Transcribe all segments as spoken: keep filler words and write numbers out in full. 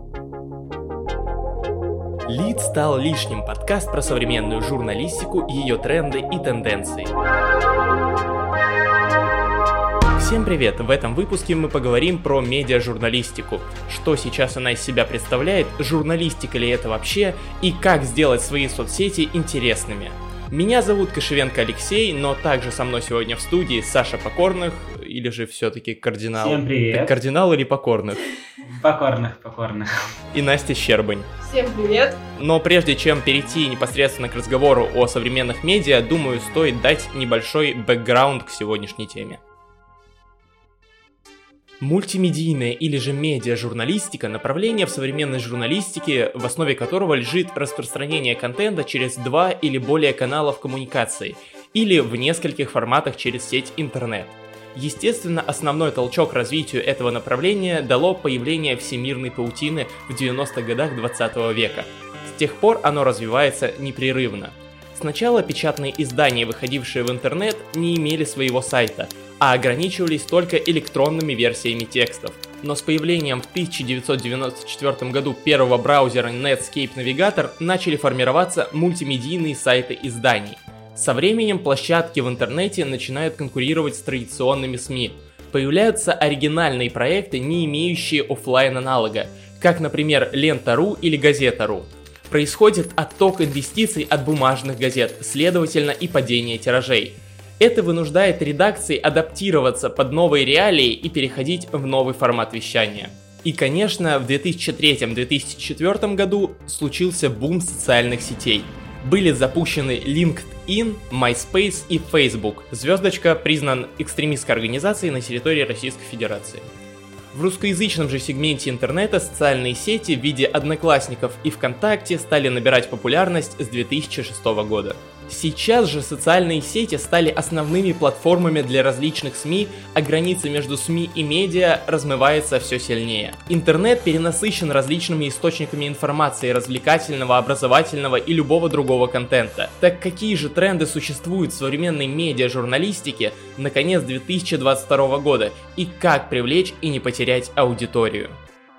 Лид стал лишним. Подкаст про современную журналистику, ее тренды и тенденции. Всем привет! В этом выпуске мы поговорим про медиажурналистику. Что сейчас она из себя представляет, журналистика ли это вообще, и как сделать свои соцсети интересными. Меня зовут Кошевенко Алексей, но также со мной сегодня в студии Саша Покорных, или же все-таки кардинал? Всем привет! Так кардинал или Покорных? Покорных, покорных. И Настя Щербань. Всем привет! Но прежде чем перейти непосредственно к разговору о современных медиа, думаю, стоит дать небольшой бэкграунд к сегодняшней теме. Мультимедийная или же медиа-журналистика – направление в современной журналистике, в основе которого лежит распространение контента через два или более каналов коммуникации, или в нескольких форматах через сеть интернет. Естественно, основной толчок развитию этого направления дало появление всемирной паутины в девяностых годах двадцатого века. С тех пор оно развивается непрерывно. Сначала печатные издания, выходившие в интернет, не имели своего сайта, а ограничивались только электронными версиями текстов. Но с появлением в тысяча девятьсот девяносто четвёртом году первого браузера Netscape Navigator начали формироваться мультимедийные сайты изданий. Со временем площадки в интернете начинают конкурировать с традиционными СМИ. Появляются оригинальные проекты, не имеющие офлайн-аналога, как, например, Лента.ру или Газета.ру. Происходит отток инвестиций от бумажных газет, следовательно и падение тиражей. Это вынуждает редакции адаптироваться под новые реалии и переходить в новый формат вещания. И, конечно, в две тысячи третьем - две тысячи четвёртом году случился бум социальных сетей. Были запущены LinkedIn, MySpace и Facebook. Звездочка признан экстремистской организацией на территории Российской Федерации. В русскоязычном же сегменте интернета социальные сети в виде Одноклассников и ВКонтакте стали набирать популярность с две тысячи шестого года. Сейчас же социальные сети стали основными платформами для различных СМИ, а граница между СМИ и медиа размывается все сильнее. Интернет перенасыщен различными источниками информации, развлекательного, образовательного и любого другого контента. Так какие же тренды существуют в современной медиа-журналистике на конец две тысячи двадцать второго года и как привлечь и не потерять аудиторию?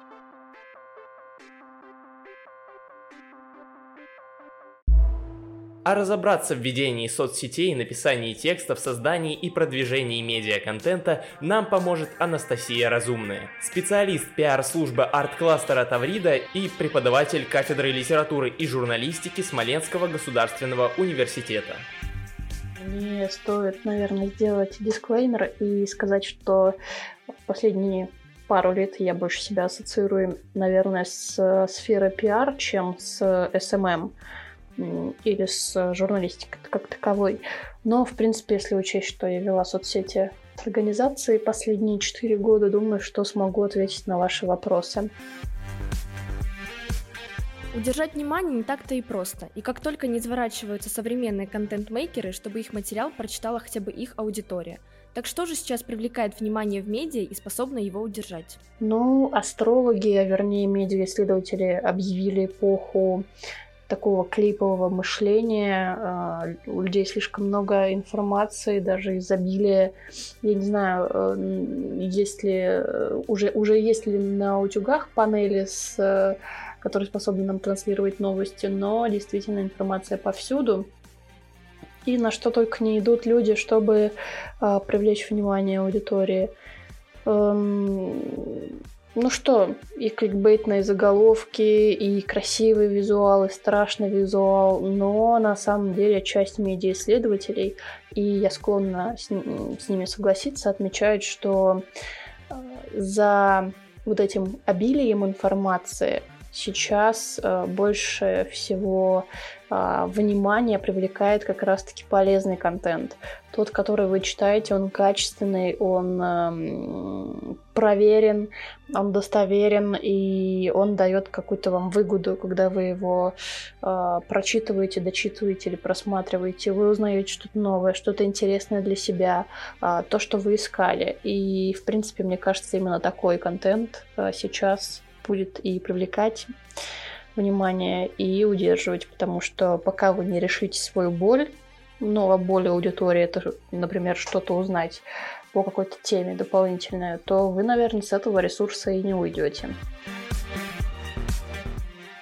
А разобраться в ведении соцсетей, написании текстов, создании и продвижении медиа-контента нам поможет Анастасия Разумная, специалист пиар-службы арт-кластера Таврида и преподаватель кафедры литературы и журналистики Смоленского государственного университета. Мне стоит, наверное, сделать дисклеймер и сказать, что в последние пару лет я больше себя ассоциирую, наверное, с сферой пиар, чем с эс эм эм. Или с журналистикой как таковой. Но, в принципе, если учесть, что я вела соцсети организации последние четыре года, думаю, что смогу ответить на ваши вопросы. Удержать внимание не так-то и просто. И как только не изворачиваются современные контент-мейкеры, чтобы их материал прочитала хотя бы их аудитория. Так что же сейчас привлекает внимание в медиа и способно его удержать? Ну, астрологи, а вернее медиа-исследователи объявили эпоху такого клипового мышления, у людей слишком много информации, даже изобилие. Я не знаю, есть ли уже, уже есть ли на утюгах панели, с, которые способны нам транслировать новости, но действительно информация повсюду. И на что только не идут люди, чтобы привлечь внимание аудитории. Ну что, и кликбейтные заголовки, и красивый визуал, и страшный визуал, но на самом деле часть медиаисследователей, и я склонна с, с ними согласиться, отмечают, что за вот этим обилием информации сейчас больше всего внимание привлекает как раз-таки полезный контент. Тот, который вы читаете, он качественный, он проверен, он достоверен, и он дает какую-то вам выгоду, когда вы его прочитываете, дочитываете или просматриваете. Вы узнаете что-то новое, что-то интересное для себя, то, что вы искали. И, в принципе, мне кажется, именно такой контент сейчас будет и привлекать внимание, и удерживать, потому что пока вы не решите свою боль, ну, а боль аудитории — это, например, что-то узнать по какой-то теме дополнительное, то вы, наверное, с этого ресурса и не уйдете.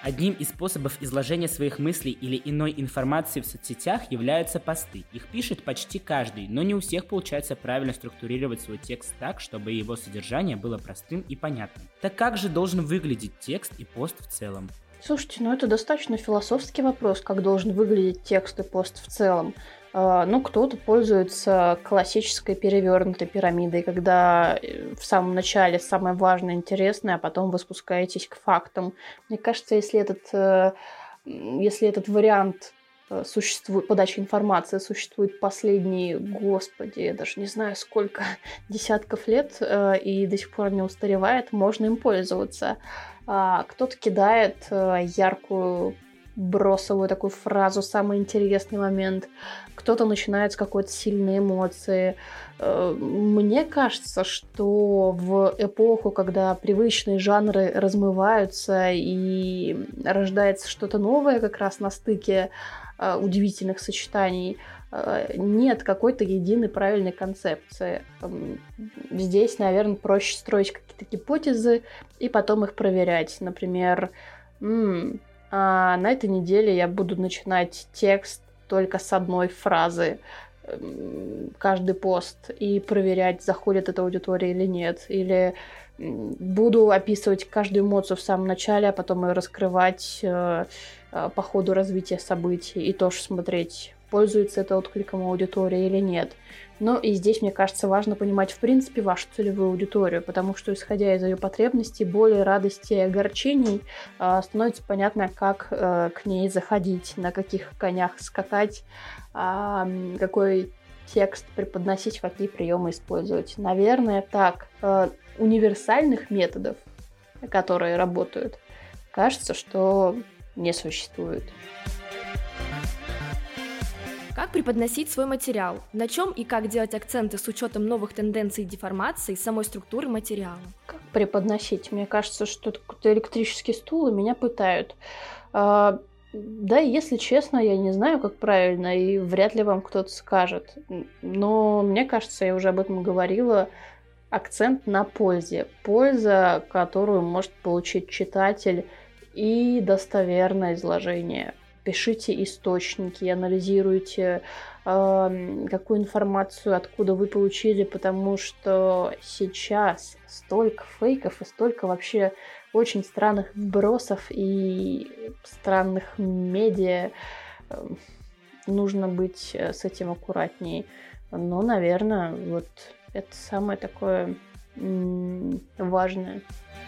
Одним из способов изложения своих мыслей или иной информации в соцсетях являются посты. Их пишет почти каждый, но не у всех получается правильно структурировать свой текст так, чтобы его содержание было простым и понятным. Так как же должен выглядеть текст и пост в целом? Слушайте, ну это достаточно философский вопрос, как должен выглядеть текст и пост в целом. Ну, кто-то пользуется классической перевернутой пирамидой, когда в самом начале самое важное, интересное, а потом вы спускаетесь к фактам. Мне кажется, если этот, если этот вариант существует, подачи информации существует последние, господи, я даже не знаю сколько десятков лет и до сих пор не устаревает, можно им пользоваться. Кто-то кидает яркую бросовую такую фразу, самый интересный момент. Кто-то начинает с какой-то сильной эмоции. Мне кажется, что в эпоху, когда привычные жанры размываются и рождается что-то новое как раз на стыке удивительных сочетаний, нет какой-то единой правильной концепции. Здесь, наверное, проще строить какие-то гипотезы и потом их проверять. Например, м-м, а на этой неделе я буду начинать текст только с одной фразы, каждый пост, и проверять, заходит эта аудитория или нет. Или буду описывать каждую эмоцию в самом начале, а потом ее раскрывать э, э, по ходу развития событий и тоже смотреть, пользуется это откликом аудитории или нет. Но и здесь, мне кажется, важно понимать, в принципе, вашу целевую аудиторию, потому что, исходя из ее потребностей, боли, радости и огорчений, э, становится понятно, как э, к ней заходить, на каких конях скакать, э, какой текст преподносить, какие приемы использовать. Наверное, так. Э, универсальных методов, которые работают, кажется, что не существует. Как преподносить свой материал? На чем и как делать акценты с учетом новых тенденций и деформаций самой структуры материала? Как преподносить? Мне кажется, что это какой-то электрический стул, и меня пытают. А, да, если честно, я не знаю, как правильно, и вряд ли вам кто-то скажет. Но мне кажется, я уже об этом говорила, акцент на пользе. Польза, которую может получить читатель, и достоверное изложение. Пишите источники, анализируйте, э, какую информацию, откуда вы получили, потому что сейчас столько фейков и столько вообще очень странных вбросов и странных медиа. Нужно быть с этим аккуратней. Но, наверное, вот это самое такое м- важное.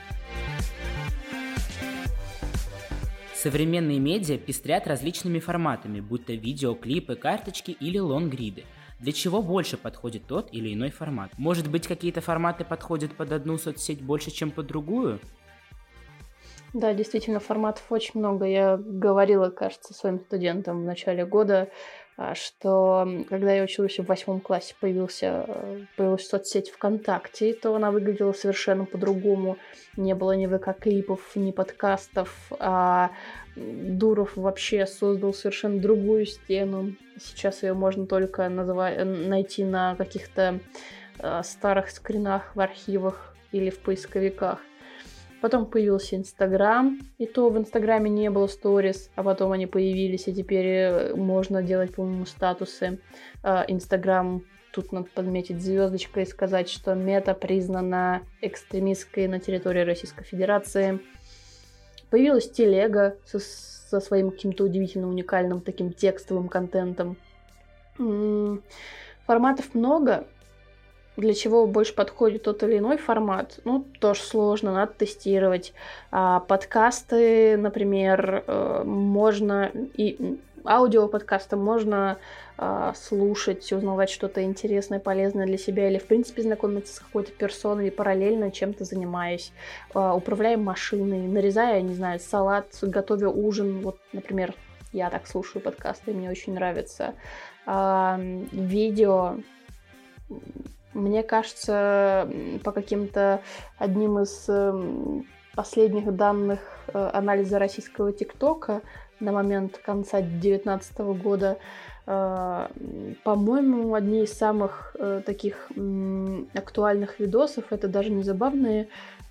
Современные медиа пестрят различными форматами, будь то видео, клипы, карточки или лонгриды. Для чего больше подходит тот или иной формат? Может быть, какие-то форматы подходят под одну соцсеть больше, чем под другую? Да, действительно, форматов очень много. Я говорила, кажется, своим студентам в начале года, что когда я училась в восьмом классе, появился, появилась соцсеть ВКонтакте, то она выглядела совершенно по-другому. Не было ни ВК-клипов, ни подкастов, а Дуров вообще создал совершенно другую стену. Сейчас ее можно только называть, найти на каких-то старых скринах в архивах или в поисковиках. Потом появился Инстаграм, и то в Инстаграме не было сторис, а потом они появились, и теперь можно делать, по-моему, статусы. Инстаграм, тут надо подметить звездочкой и сказать, что Мета признана экстремистской на территории Российской Федерации. Появилась Телега со, со своим каким-то удивительно уникальным таким текстовым контентом. Форматов много. Для чего больше подходит тот или иной формат, ну, тоже сложно, надо тестировать. А, подкасты, например, можно, и аудиоподкасты можно а, слушать, узнавать что-то интересное, полезное для себя, или, в принципе, знакомиться с какой-то персоной и параллельно чем-то занимаясь. А, управляя машиной, нарезая, не знаю, салат, готовя ужин. Вот, например, я так слушаю подкасты, мне очень нравится. А, видео... Мне кажется, по каким-то одним из последних данных анализа российского ТикТока на момент конца две тысячи девятнадцатого года, по-моему, одни из самых таких актуальных видосов, это даже не забавные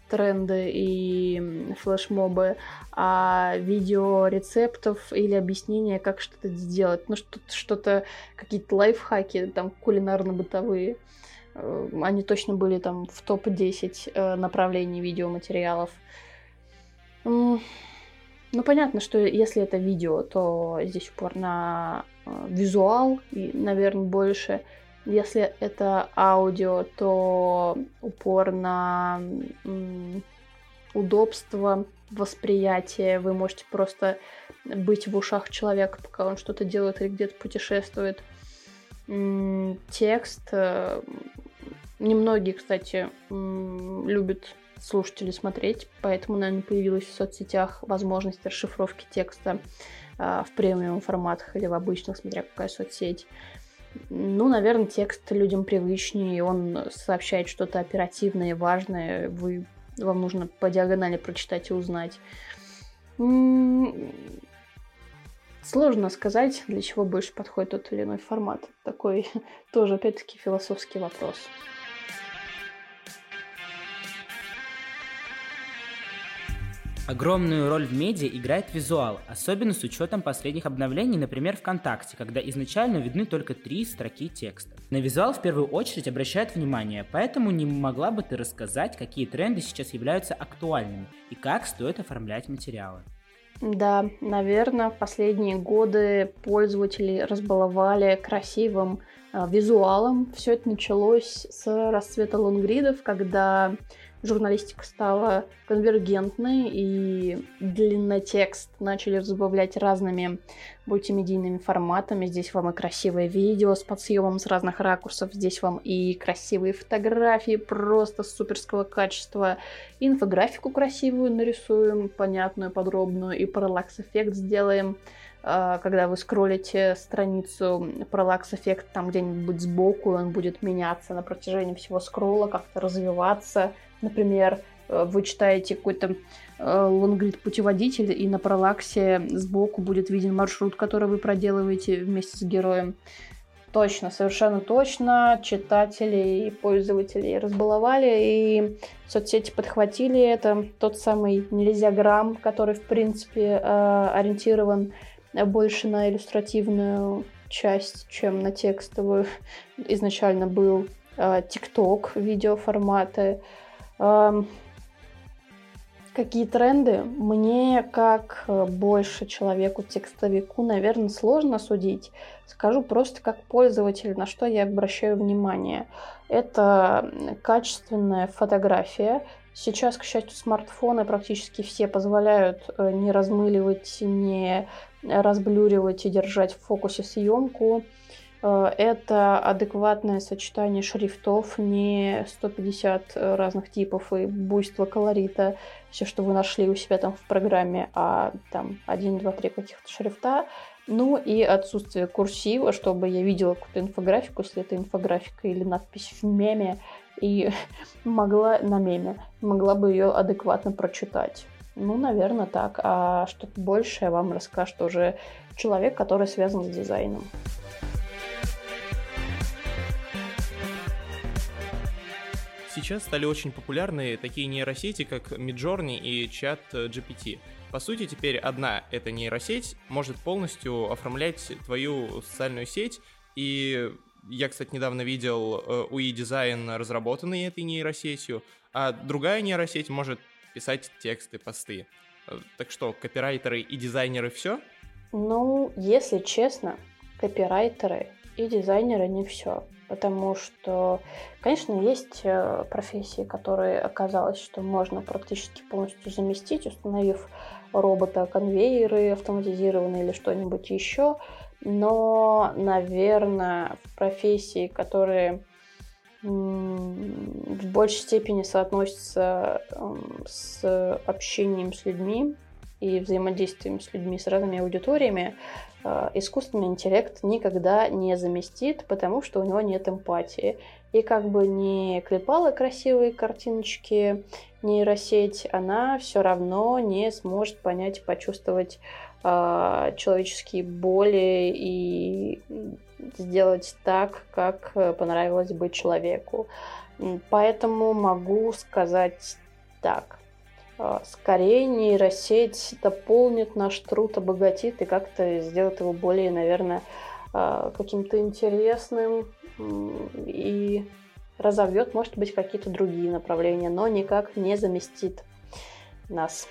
тренды и флешмобы, а видео рецептов или объяснения, как что-то сделать. Ну, что-то, что-то какие-то лайфхаки, там, кулинарно-бытовые. Они точно были там в топ десять направлений видеоматериалов. Ну, понятно, что если это видео, то здесь упор на визуал, и, наверное, больше. Если это аудио, то упор на м, удобство восприятия. Вы можете просто быть в ушах человека, пока он что-то делает или где-то путешествует. М, текст. Э, немногие, кстати, м, любят слушать или смотреть, поэтому, наверное, появилась в соцсетях возможность расшифровки текста э, в премиум форматах или в обычных, смотря какая соцсеть. Ну, наверное, текст людям привычнее, он сообщает что-то оперативное и важное, вы, вам нужно по диагонали прочитать и узнать. М-м- Сложно сказать, для чего больше подходит тот или иной формат. Такой тоже, опять-таки, философский вопрос. Огромную роль в медиа играет визуал, особенно с учетом последних обновлений, например, ВКонтакте, когда изначально видны только три строки текста. На визуал в первую очередь обращают внимание, поэтому не могла бы ты рассказать, какие тренды сейчас являются актуальными и как стоит оформлять материалы? Да, наверное, в последние годы пользователи разбаловали красивым э, визуалом. Все это началось с расцвета лонгридов, когда журналистика стала конвергентной, и длиннотекст начали разбавлять разными мультимедийными форматами. Здесь вам и красивое видео с подсъемом с разных ракурсов, здесь вам и красивые фотографии просто суперского качества, и инфографику красивую нарисуем, понятную, подробную, и параллакс-эффект сделаем. Когда вы скроллите страницу, параллакс-эффект там где-нибудь будет сбоку, он будет меняться на протяжении всего скролла, как-то развиваться. Например, вы читаете какой-то лонгрид-путеводитель, и на параллаксе сбоку будет виден маршрут, который вы проделываете вместе с героем. Точно, совершенно точно. Читателей и пользователей разбаловали, и соцсети подхватили это. Тот самый нельзяграмм, который, в принципе, ориентирован больше на иллюстративную часть, чем на текстовую. Изначально был ТикТок, видеоформаты. Какие тренды? Мне, как больше человеку, текстовику, наверное, сложно судить. Скажу просто как пользователь, на что я обращаю внимание. Это качественная фотография. Сейчас, к счастью, смартфоны практически все позволяют не размыливать, не разблюривать и держать в фокусе съемку. Это адекватное сочетание шрифтов, не сто пятьдесят разных типов и буйство колорита, все, что вы нашли у себя там в программе, а там один, два, три каких-то шрифта. Ну и отсутствие курсива, чтобы я видела какую-то инфографику, если это инфографика или надпись в меме, и могла на меме, могла бы ее адекватно прочитать. Ну, наверное, так. А что-то большее вам расскажет уже человек, который связан с дизайном. Сейчас стали очень популярны такие нейросети, как Midjourney и чат джи пи ти. По сути, теперь одна эта нейросеть может полностью оформлять твою социальную сеть. И я, кстати, недавно видел ю ай-дизайн, разработанный этой нейросетью, а другая нейросеть может писать тексты, посты. Так что, копирайтеры и дизайнеры все? Ну, если честно, копирайтеры и дизайнеры не все. Потому что, конечно, есть профессии, которые оказалось, что можно практически полностью заместить, установив робота, конвейеры автоматизированные или что-нибудь еще. Но, наверное, в профессии, которые в большей степени соотносятся с общением с людьми и взаимодействием с людьми, с разными аудиториями, искусственный интеллект никогда не заместит, потому что у него нет эмпатии. И как бы не клепала красивые картиночки нейросеть, она все равно не сможет понять и почувствовать э, человеческие боли и сделать так, как понравилось бы человеку. Поэтому могу сказать Так, скорее нейросеть дополнит наш труд, обогатит и как-то сделает его более, наверное, каким-то интересным и разовьет, может быть, какие-то другие направления, но никак не заместит нас.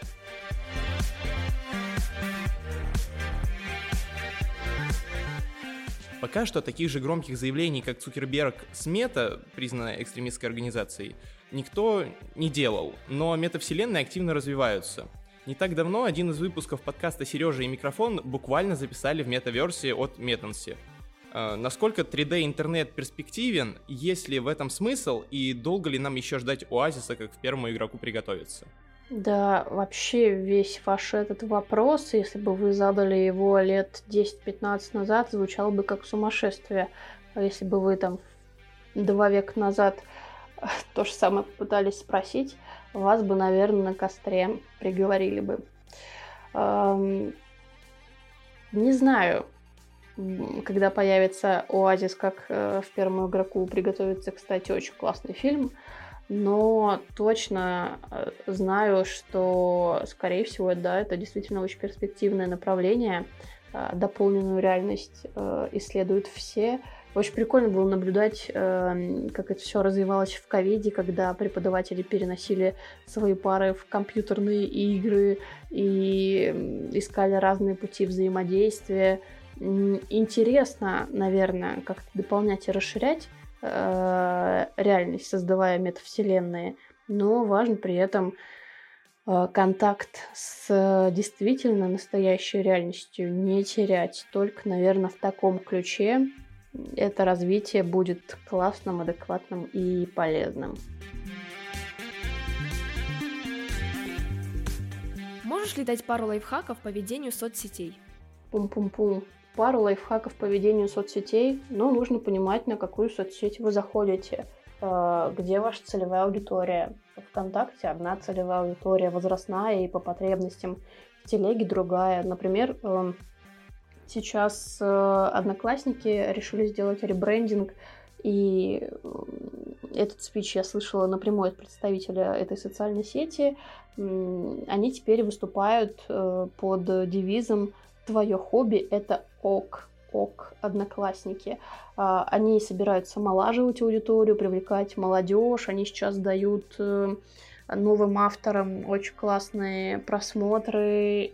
Пока что таких же громких заявлений, как Цукерберг с Мета, признанной экстремистской организацией, никто не делал, но метавселенные активно развиваются. Не так давно один из выпусков подкаста «Сережа и микрофон» буквально записали в метаверсии от Метанси. Э, насколько три дэ-интернет перспективен, есть ли в этом смысл, и долго ли нам еще ждать оазиса, как к первому игроку приготовиться? Да, вообще весь ваш этот вопрос, если бы вы задали его лет десять-пятнадцать назад, звучал бы как сумасшествие. А если бы вы там два века назад то же самое попытались спросить, вас бы, наверное, на костре приговорили бы. Эм, не знаю, когда появится «Оазис», как э, в первому игроку приготовиться, кстати, очень классный фильм. Но точно знаю, что, скорее всего, да, это действительно очень перспективное направление. Дополненную реальность исследуют все. Очень прикольно было наблюдать, как это все развивалось в ковиде, когда преподаватели переносили свои пары в компьютерные игры и искали разные пути взаимодействия. Интересно, наверное, как-то дополнять и расширять реальность, создавая метавселенные, но важно при этом контакт с действительно настоящей реальностью не терять. Только, наверное, в таком ключе это развитие будет классным, адекватным и полезным. Можешь ли дать пару лайфхаков по ведению соцсетей? Пум-пум-пум. Пару лайфхаков по ведению соцсетей, но нужно понимать, на какую соцсеть вы заходите, где ваша целевая аудитория. ВКонтакте одна целевая аудитория возрастная и по потребностям, в Телеге другая. Например, сейчас Одноклассники решили сделать ребрендинг, и этот спич я слышала напрямую от представителя этой социальной сети. Они теперь выступают под девизом «Твое хобби – это ок, ок, Одноклассники». Они собираются омолаживать аудиторию, привлекать молодежь. Они сейчас дают новым авторам очень классные просмотры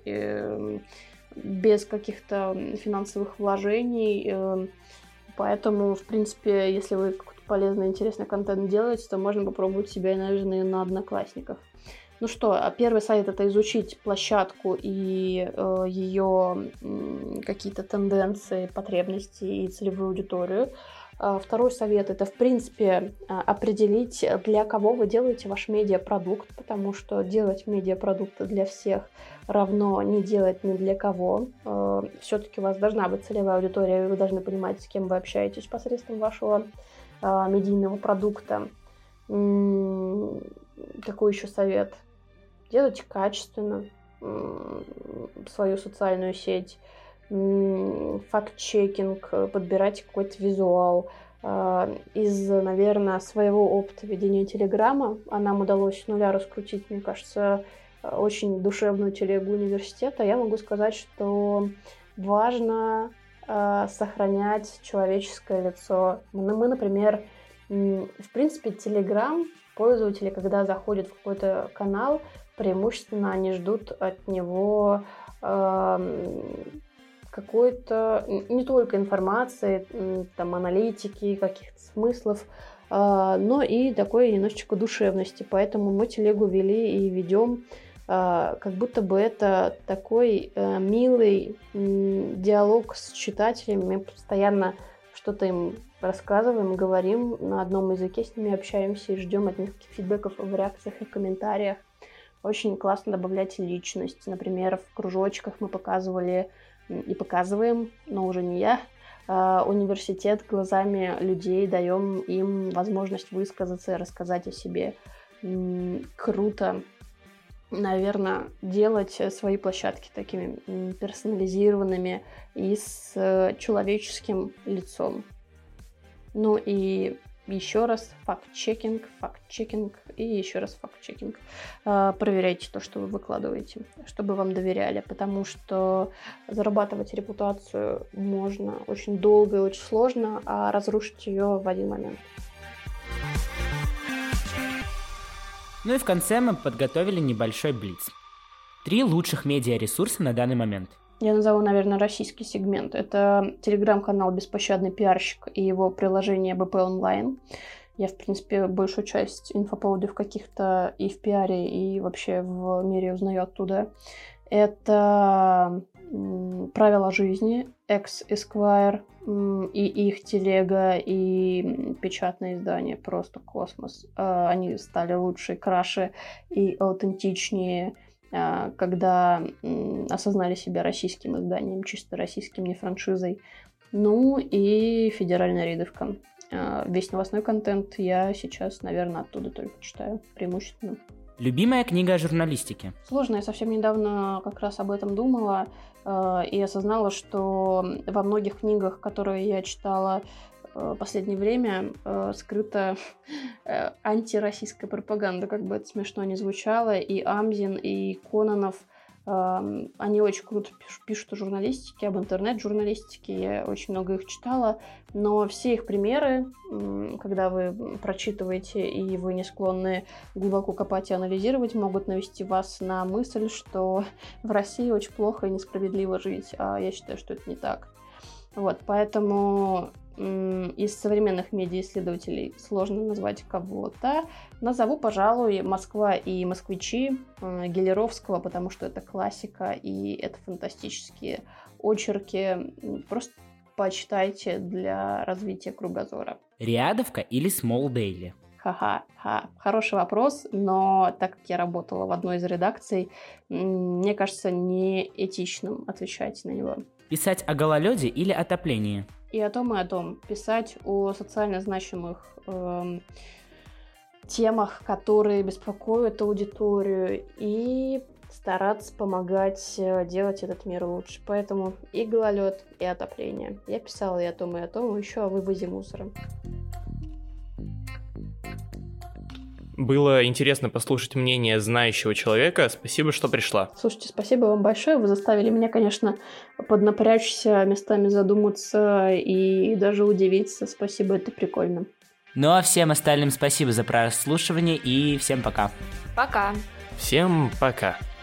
без каких-то финансовых вложений. Поэтому, в принципе, если вы какой-то полезный, интересный контент делаете, то можно попробовать себя, наверное, на Одноклассниках. Ну что, первый совет – это изучить площадку и э, ее э, какие-то тенденции, потребности и целевую аудиторию. А второй совет – это, в принципе, определить, для кого вы делаете ваш медиапродукт, потому что делать медиапродукты для всех равно не делать ни для кого. Э, все-таки у вас должна быть целевая аудитория, и вы должны понимать, с кем вы общаетесь посредством вашего э, медийного продукта. М-м, какой еще совет? Делайте качественно свою социальную сеть, факт-чекинг, подбирайте какой-то визуал. Из, наверное, своего опыта ведения Телеграма, а нам удалось с нуля раскрутить, мне кажется, очень душевную телегу университета, я могу сказать, что важно сохранять человеческое лицо. Мы, например, в принципе, Телеграм, пользователи, когда заходят в какой-то канал, преимущественно они ждут от него э, какой-то, не только информации, там, аналитики, каких-то смыслов, э, но и такой немножечко душевности. Поэтому мы телегу вели и ведем, э, как будто бы это такой э, милый э, диалог с читателями. Мы постоянно что-то им рассказываем, говорим на одном языке, с ними общаемся и ждем от них фидбэков в реакциях и комментариях. Очень классно добавлять личность. Например, в кружочках мы показывали и показываем, но уже не я, университет глазами людей, даем им возможность высказаться и рассказать о себе. Круто, наверное, делать свои площадки такими персонализированными и с человеческим лицом. Ну и еще раз факт-чекинг, факт-чекинг и еще раз факт-чекинг. Проверяйте то, что вы выкладываете, чтобы вам доверяли, потому что зарабатывать репутацию можно очень долго и очень сложно, а разрушить ее в один момент. Ну и в конце мы подготовили небольшой блиц. Три лучших медиаресурса на данный момент. Я назову, наверное, российский сегмент. Это телеграм-канал «Беспощадный пиарщик» и его приложение бэ пэ онлайн. Я, в принципе, большую часть инфоповодов каких-то и в пиаре, и вообще в мире узнаю оттуда. Это «Правила жизни», X-Esquire и их телега, и печатные издания. Просто космос. Они стали лучше, краше и аутентичнее, когда осознали себя российским изданием, чисто российским, не франшизой. Ну и «Федеральная рядовка». Весь новостной контент я сейчас, наверное, оттуда только читаю, преимущественно. Любимая книга о журналистике? Сложно, я совсем недавно как раз об этом думала и осознала, что во многих книгах, которые я читала в последнее время, скрыта антироссийская пропаганда, как бы это смешно ни звучало. И Амзин, и Кононов, они очень круто пишут о журналистике, об интернет-журналистике, я очень много их читала, но все их примеры, когда вы прочитываете и вы не склонны глубоко копать и анализировать, могут навести вас на мысль, что в России очень плохо и несправедливо жить, а я считаю, что это не так. Вот, поэтому из современных медиаисследователей сложно назвать кого-то. Назову, пожалуй, «Москва и москвичи» Гелеровского, потому что это классика и это фантастические очерки. Просто почитайте для развития кругозора. Риадовка или Small Daily? Ха-ха-ха. Хороший вопрос, но так как я работала в одной из редакций, мне кажется неэтичным отвечать на него. Писать о гололеде или отоплении? И о том, и о том. Писать о социально значимых э, темах, которые беспокоят аудиторию, и стараться помогать делать этот мир лучше. Поэтому и гололед, и отопление. Я писала и о том, и о том, и еще о вывозе мусора. Было интересно послушать мнение знающего человека. Спасибо, что пришла. Слушайте, спасибо вам большое. Вы заставили меня, конечно, поднапрячься, местами задуматься и даже удивиться. Спасибо, это прикольно. Ну а всем остальным спасибо за прослушивание и всем пока. Пока. Всем пока.